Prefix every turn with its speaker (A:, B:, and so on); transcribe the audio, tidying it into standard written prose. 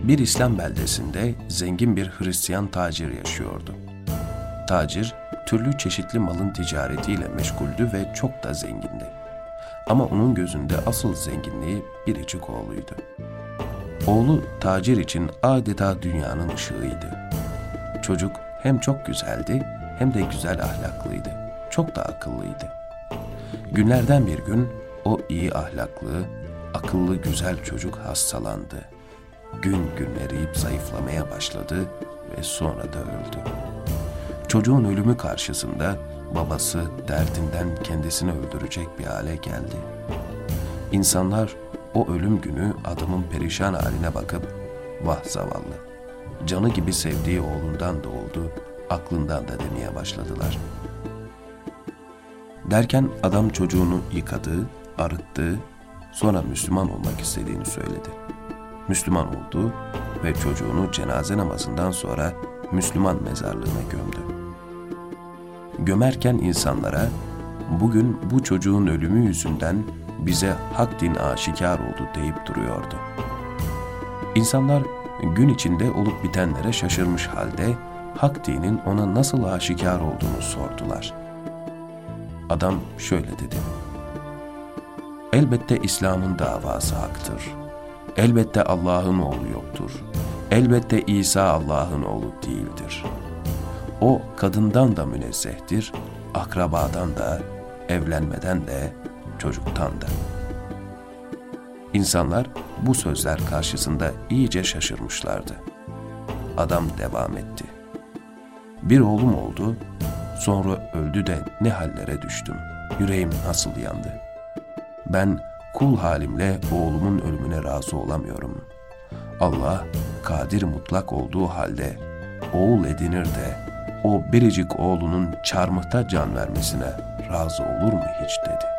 A: Bir İslam beldesinde zengin bir Hristiyan tacir yaşıyordu. Tacir, türlü çeşitli malın ticaretiyle meşguldü ve çok da zengindi. Ama onun gözünde asıl zenginliği biricik oğluydu. Oğlu tacir için adeta dünyanın ışığıydı. Çocuk hem çok güzeldi hem de güzel ahlaklıydı. Çok da akıllıydı. Günlerden bir gün o iyi ahlaklı, akıllı güzel çocuk hastalandı. Gün gün eriyip zayıflamaya başladı ve sonra da öldü. Çocuğun ölümü karşısında babası derdinden kendisini öldürecek bir hale geldi. İnsanlar o ölüm günü adamın perişan haline bakıp vah zavallı, canı gibi sevdiği oğlundan da oldu, aklından da demeye başladılar. Derken adam çocuğunu yıkadı, arıttı, sonra Müslüman olmak istediğini söyledi. Müslüman oldu ve çocuğunu cenaze namazından sonra Müslüman mezarlığına gömdü. Gömerken insanlara, bugün bu çocuğun ölümü yüzünden bize hak din aşikar oldu deyip duruyordu. İnsanlar gün içinde olup bitenlere şaşırmış halde hak dinin ona nasıl aşikar olduğunu sordular. Adam şöyle dedi: elbette İslam'ın davası haktır. Elbette Allah'ın oğlu yoktur. Elbette İsa Allah'ın oğlu değildir. O kadından da münezzehtir, akrabadan da, evlenmeden de, çocuktan da. İnsanlar bu sözler karşısında iyice şaşırmışlardı. Adam devam etti: bir oğlum oldu, sonra öldü de ne hallere düştüm. Yüreğim nasıl yandı. Ben kul halimle oğlumun ölümüne razı olamıyorum. Allah kadir mutlak olduğu halde oğul edinir de o biricik oğlunun çarmıhta can vermesine razı olur mu hiç dedi.